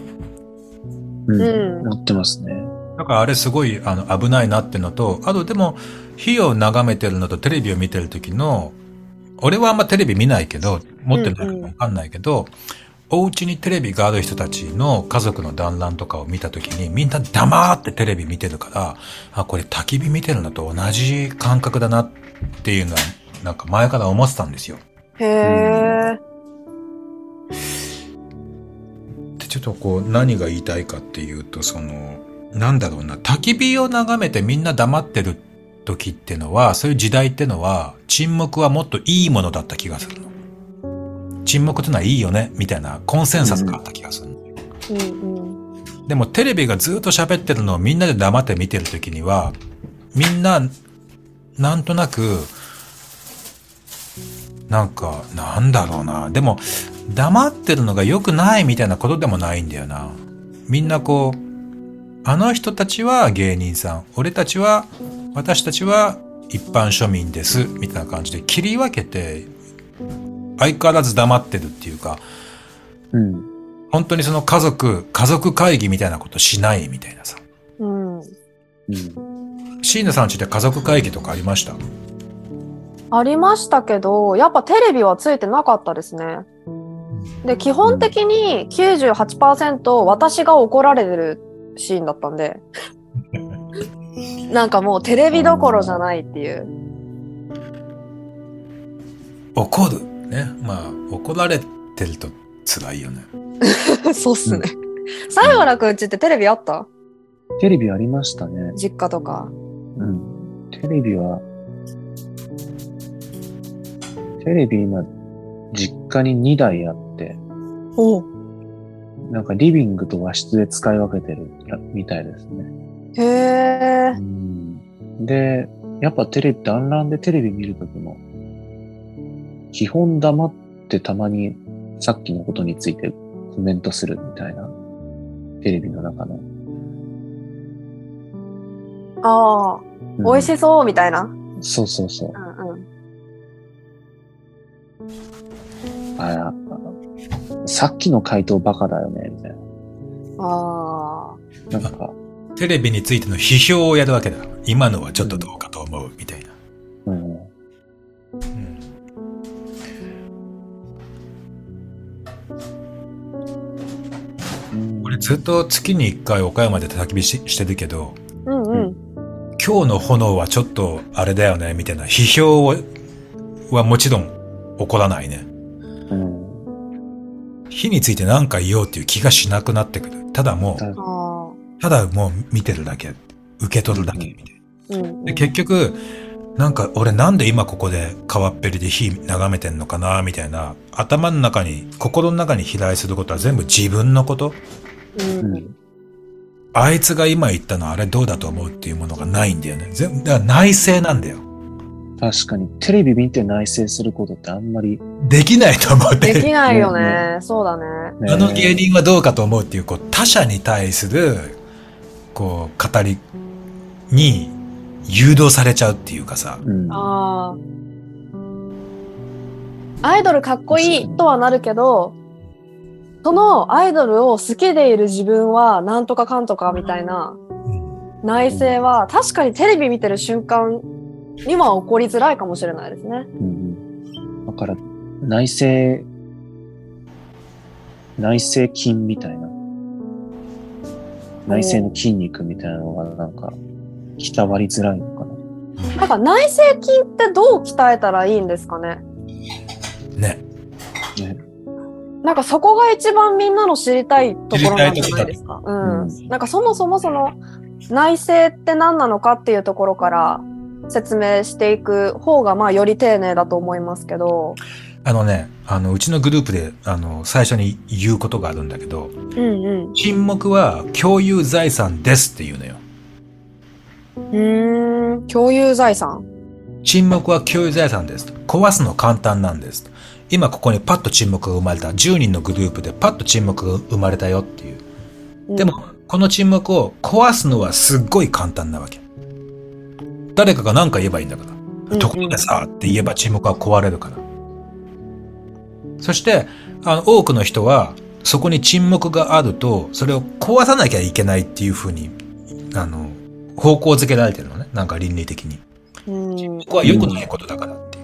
持ってますね。 だからあれすごい危ないなってのと、あとでも火を眺めてるのとテレビを見てる時の、俺はあんまテレビ見ないけど、持ってないかわかんないけど、お家にテレビがある人たちの家族の団らんとかを見たときにみんな黙ってテレビ見てるから、あ、これ焚き火見てるのと同じ感覚だなっていうのはなんか前から思ってたんですよ。 へー。 で、ちょっとこう何が言いたいかっていうと、なんだろうな、焚き火を眺めてみんな黙ってる時ってのは、そういう時代ってのは沈黙はもっといいものだった気がするの。沈黙ってのはいいよねみたいなコンセンサスがあった気がする、でもテレビがずっと喋ってるのをみんなで黙って見てるときには、みんななんとなくなんかなんだろうな、でも黙ってるのが良くないみたいなことでもないんだよな。みんなこう、あの人たちは芸人さん、私たちは一般庶民ですみたいな感じで切り分けて相変わらず黙ってるっていうか、本当にその家族会議みたいなことしないみたいなさ。椎名さん家で家族会議とかありました？ ありましたけど、やっぱテレビはついてなかったですね。で、基本的に 98% 私が怒られてるシーンだったんで、なんかもうテレビどころじゃないっていう。 怒るね。まあ、怒られてると辛いよね。 そうっすね。西原くんちってテレビあった？ テレビありましたね。 実家とか。 テレビ今、実家に2台あって、なんかリビングと和室で使い分けてるみたいですね。 へー。で、やっぱ団らんでテレビ見るときも、基本黙ってたまにさっきのことについてコメントするみたいな、テレビの中の。 美味しそうみたいな。 そうそうそう。さっきの回答バカだよね、みたいな。なんか。 テレビについての批評をやるわけだ。今のはちょっとどうかと思う、みたいな。俺ずっと月に1回岡山で焚き火してるけど、今日の炎はちょっとあれだよね、みたいな批評はもちろん起こらないね。火について何か言おうっていう気がしなくなってくる。ただもう見てるだけ、受け取るだけみたいな。で、結局、なんか俺なんで今ここで川っぺりで火眺めてんのかなみたいな、心の中に飛来することは全部自分のこと。あいつが今言ったのあれどうだと思うっていうものがないんだよね。だから内省なんだよ。 確かにテレビ見て内省することってあんまりできないと思う。 できないよね。そうだね。 あの芸人はどうかと思うっていう他者に対する語りに誘導されちゃうっていうかさ。 ああ。アイドルかっこいいとはなるけど、そのアイドルを好きでいる自分はなんとかかんとかみたいな内省は確かにテレビ見てる瞬間には起こりづらいかもしれないですね。 だから内省筋みたいな、内省の筋肉みたいなのがなんか鍛わりづらいのかな。 なんか内省筋ってどう鍛えたらいいんですかね。 ね。 なんかそこが一番みんなの知りたいところなんじゃないですか。なんかそもそもその内省って何なのかっていうところから説明していく方がまあより丁寧だと思いますけど。 うちのグループで最初に言うことがあるんだけど、沈黙は共有財産ですって言うのよ。共有財産。 沈黙は共有財産です。壊すの簡単なんです。今ここにパッと沈黙が生まれた。10人のグループでパッと沈黙が生まれたよっていう。でも、この沈黙を壊すのはすっごい簡単なわけ。誰かが何か言えばいいんだから。ところでさ、って言えば沈黙は壊れるから。そして、多くの人は、そこに沈黙があると、それを壊さなきゃいけないっていうふうに、方向づけられてるのね。なんか倫理的に。沈黙は良くないことだからっていう。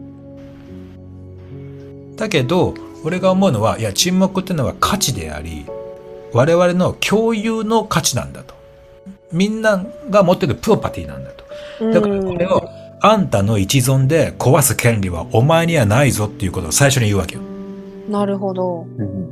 だけど、俺が思うのは、いや、沈黙っていうのは価値であり、我々の共有の価値なんだと。みんなが持ってるプロパティなんだと。だからこれを、あんたの一存で壊す権利はお前にはないぞっていうことを最初に言うわけよ。 なるほど。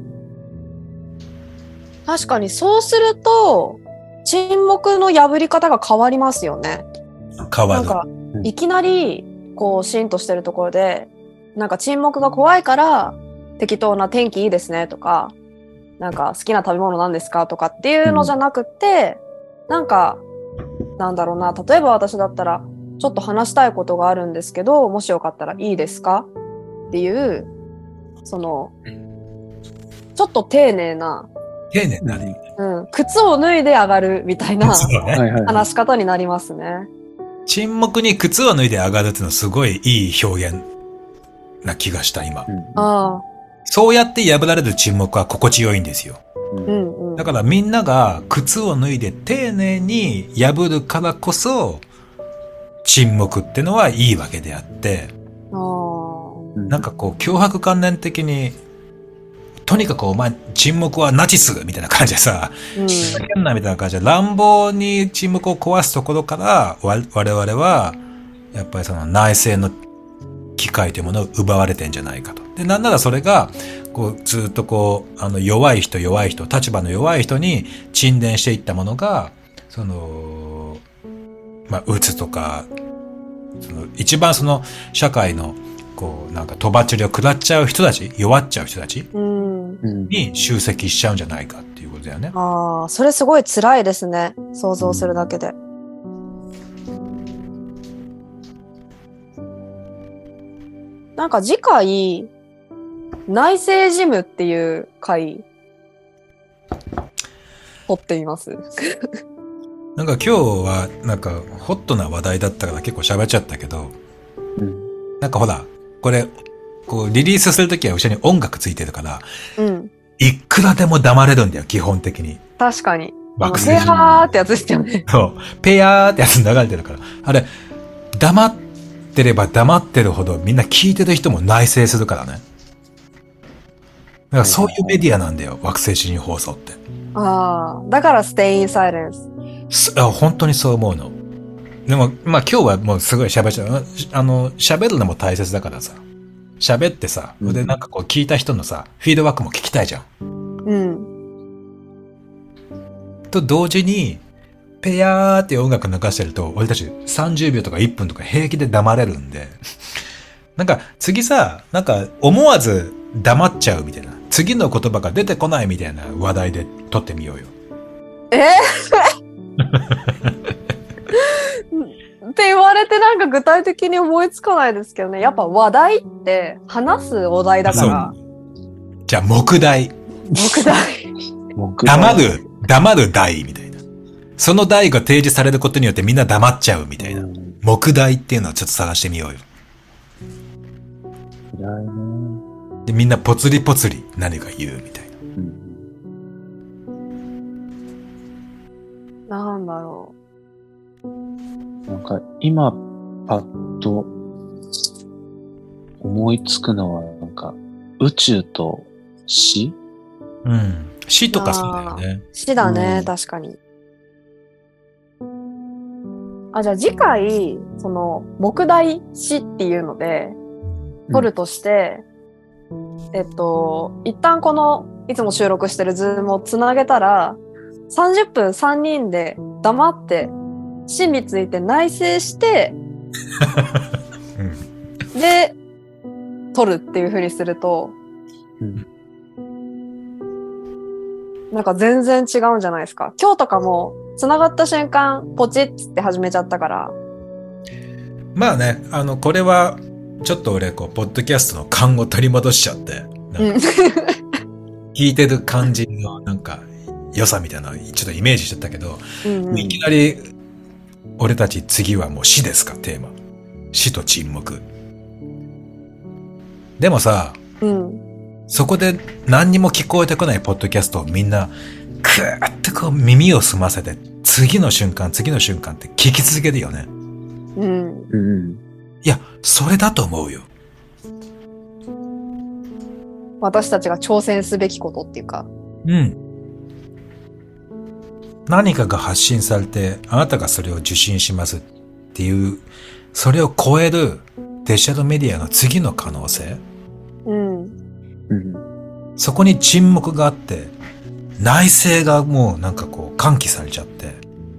確かにそうすると、沈黙の破り方が変わりますよね。 変わる。 なんか、いきなり、こう、シーンとしてるところで、なんか沈黙が怖いから、適当な天気いいですねとか、なんか好きな食べ物なんですかとかっていうのじゃなくて、なんか、なんだろうな、例えば私だったら、ちょっと話したいことがあるんですけど、もしよかったらいいですかっていう、その、ちょっと丁寧な、 ね。 靴を脱いで上がるみたいな話し方になりますね。 沈黙に靴を脱いで上がるっていうのはすごいいい表現な気がした、今。そうやって破られる沈黙は心地よいんですよ。だからみんなが靴を脱いで丁寧に破るからこそ、沈黙ってのはいいわけであって、なんかこう脅迫観念的に、とにかくお前沈黙はナチスみたいな感じでさ、変なみたいな感じで乱暴に沈黙を壊すところから我々はやっぱりその内政の機会というものを奪われてんじゃないかと。で、なんならそれがこうずっとこう弱い人、立場の弱い人に沈殿していったものが、そのうつとか、一番その社会のこうなんかとばっちりを食らっちゃう人たち、弱っちゃう人たちに集積しちゃうんじゃないかっていうことだよね。 それすごい辛いですね。想像するだけで。なんか次回、内政事務っていう回、取っています。 なんか今日はなんかホットな話題だったから結構喋っちゃったけど、なんかほら、これ、こうリリースするときは後ろに音楽ついてるから、いくらでも黙れるんだよ、基本的に。 確かに。ペアーってやつですよね。 そう。ペアーってやつ流れてるから。あれ、黙ってれば黙ってるほどみんな聞いてる人も内省するからね。だからそういうメディアなんだよ、惑星主任放送って。 だから Stay in Silence。 本当にそう思うの。でも、まあ今日はもうすごい喋っちゃう。喋るのも大切だからさ。喋ってさ、でなんかこう聞いた人のさ、フィードバックも聞きたいじゃん。と同時に、ペヤーって音楽流してると、俺たち30秒とか1分とか平気で黙れるんで、なんか次さ、なんか思わず黙っちゃうみたいな、次の言葉が出てこないみたいな話題で撮ってみようよ。 って言われてなんか具体的に思いつかないですけどね。やっぱ話題って話すお題だから。 じゃあ、目題。 黙る黙る題みたいな。 その題が提示されることによってみんな黙っちゃうみたいな。目題っていうのをちょっと探してみようよ。 嫌いね。 で、みんなポツリポツリ何か言うみたいな。なんだろう。なんか今パッと思いつくのはなんか宇宙と死？ うん。死とかそうだよね。 死だね、確かに。じゃあ次回、その、目題死っていうので、取るとして、一旦この、いつも収録してるズームをつなげたら、30分3人で黙って、死について内省して、で、取るっていう風にすると、なんか全然違うんじゃないですか。今日とかも、繋がった瞬間、ポチッつって始めちゃったから。 まあね、これは、ちょっと俺、ポッドキャストの感を取り戻しちゃって、聞いてる感じの、なんか、良さみたいなのをちょっとイメージしちゃったけど、いきなり、俺たち次はもう死ですか、テーマ。死と沈黙。でもさ、そこで何にも聞こえてこないポッドキャストをみんな、くーってこう耳を澄ませて、次の瞬間って聞き続けるよね。いや、それだと思うよ。 私たちが挑戦すべきことっていうか。 何かが発信されて、あなたがそれを受信しますっていう、それを超えるデジタルメディアの次の可能性。そこに沈黙があって、内省がもうなんかこう喚起されちゃって、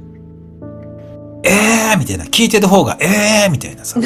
みたいな、聞いてる方がみたいなさ。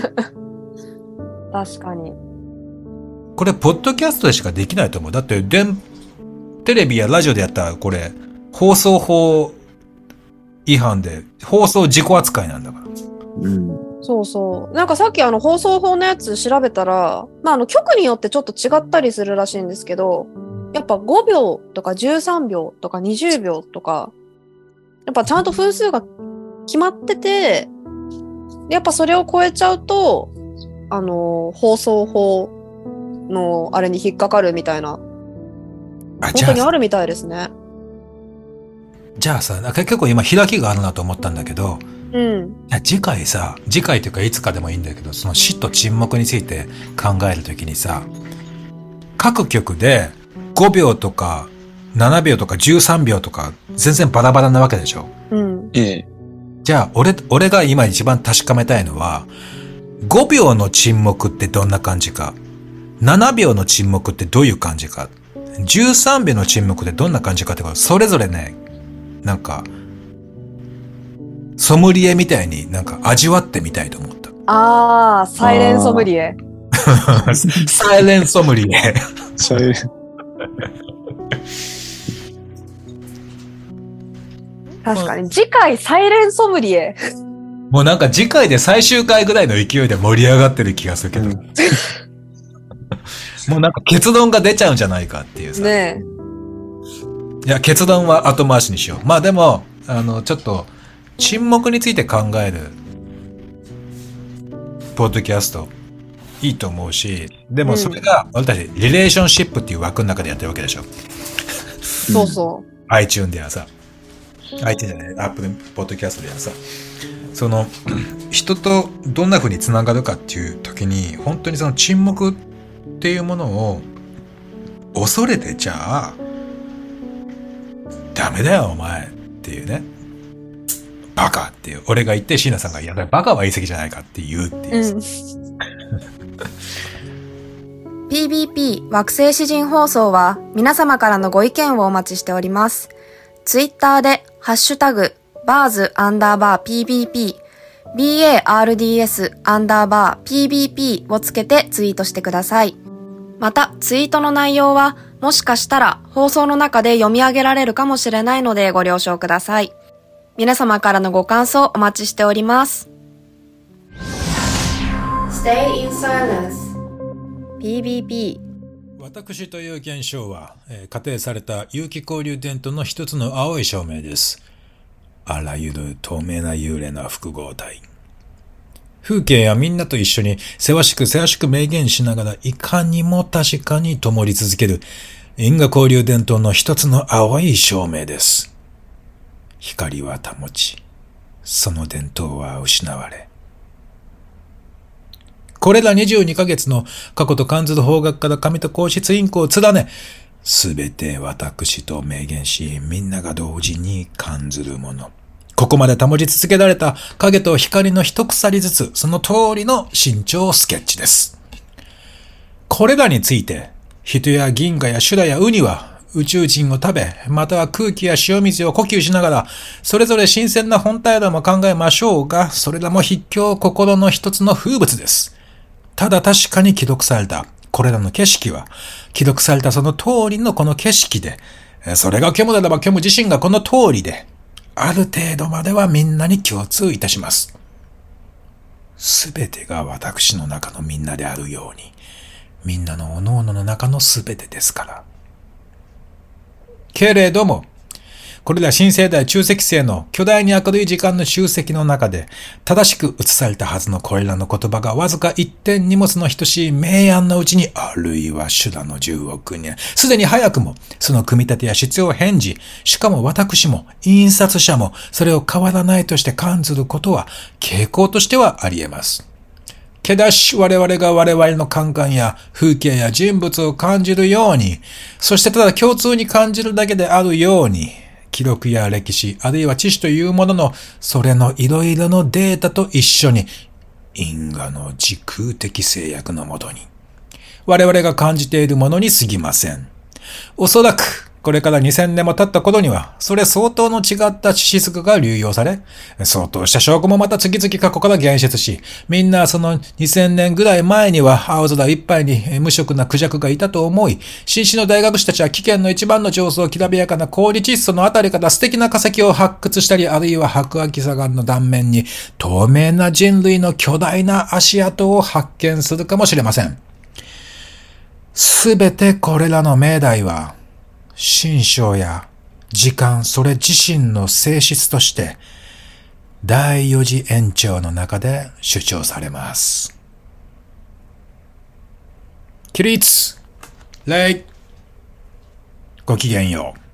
確かに。 これ、ポッドキャストでしかできないと思う。だって、テレビやラジオでやったら、これ、放送法違反で、放送事故扱いなんだから。 そうそう。なんかさっき放送法のやつ調べたら、局によってちょっと違ったりするらしいんですけど、やっぱ5秒とか13秒とか20秒とか、やっぱちゃんと分数が決まってて、やっぱそれを超えちゃうと、放送法のあれに引っかかるみたいな、本当にあるみたいですね。 じゃあさ、結構今開きがあるなと思ったんだけど、次回というかいつかでもいいんだけど、その死と沈黙について考えるときにさ、各局で5秒とか7秒とか13秒とか全然バラバラなわけでしょ。じゃあ俺が今一番確かめたいのは、5秒の沈黙ってどんな感じか、7秒の沈黙ってどういう感じか、13秒の沈黙ってどんな感じかってこと、それぞれね、なんかソムリエみたいになんか味わってみたいと思った。 サイレンソムリエ。 サイレンソムリエ。 確かに。次回サイレンソムリエ。 もうなんか次回で最終回ぐらいの勢いで盛り上がってる気がするけど。もうなんか結論が出ちゃうんじゃないかっていうさ。 ねえ。いや、結論は後回しにしよう。まあでも、ちょっと、沈黙について考える、ポッドキャスト、いいと思うし、でもそれが、俺たち、リレーションシップっていう枠の中でやってるわけでしょ。 そうそう。 iTunes ではさ、iTunes じゃない、Apple ポッドキャストではさ、その、人とどんな風に繋がるかっていう時に、本当にその沈黙っていうものを恐れて、じゃあ、ダメだよお前っていうね、バカっていう、俺が言って椎名さんが、いやバカは言い過ぎじゃないかって言うっていう、 PBP 惑星詩人放送は皆様からのご意見をお待ちしております。ツイッターでハッシュタグbars_PBP BARDS_PBP をつけてツイートしてください。またツイートの内容はもしかしたら放送の中で読み上げられるかもしれないのでご了承ください。皆様からのご感想お待ちしております。Stay in silence PBP。 私という現象は、仮定された有機交流電灯の一つの青い照明です。 あらゆる透明な幽霊な複合体。風景やみんなと一緒にせわしく明言しながらいかにも確かに灯り続ける因果交流伝統の一つの青い照明です。光は保ち、その伝統は失われ。これら22ヶ月の過去と感ずる方角から神と皇室インクを連ね、すべて私と明言し、みんなが同時に感ずるもの。ここまで保ち続けられた影と光の一鎖ずつ、その通りの身長スケッチです。これらについて、人や銀河や修羅やウニは宇宙人を食べ、または空気や塩水を呼吸しながら、それぞれ新鮮な本体らも考えましょうが、それらも筆境心の一つの風物です。ただ確かに記録された、これらの景色は、記録されたその通りのこの景色で、それが虚無ならば虚無自身がこの通りで、ある程度まではみんなに共通いたします。すべてが私の中のみんなであるように、みんなの各々の中のすべてですから。けれども、これら新生代中積星の巨大に明るい時間の集積の中で、正しく映されたはずのこれらの言葉がわずか一点荷物の等しい明暗のうちに、あるいは修羅の10億年、すでに早くもその組み立てや必要返事、しかも私も印刷者もそれを変わらないとして感ずることは傾向としてはあり得ます。けだし我々が我々の感覚や風景や人物を感じるように、そしてただ共通に感じるだけであるように、記録や歴史、あるいは知識というものの、それのいろいろのデータと一緒に、因果の時空的制約のもとに、我々が感じているものに過ぎません。おそらく、これから2000年も経った頃には、それ相当の違った知識が流用され、相当した証拠もまた次々過去から現出し、みんなその2000年ぐらい前には青空いっぱいに無色なクジャクがいたと思い、新種の大学士たちは危険の一番の上層きらびやかな氷窒素のあたりから素敵な化石を発掘したり、あるいは白亜紀砂岩の断面に透明な人類の巨大な足跡を発見するかもしれません。すべてこれらの命題は、心象や時間それ自身の性質として第4次延長の中で主張されます。起立、礼、ごきげんよう。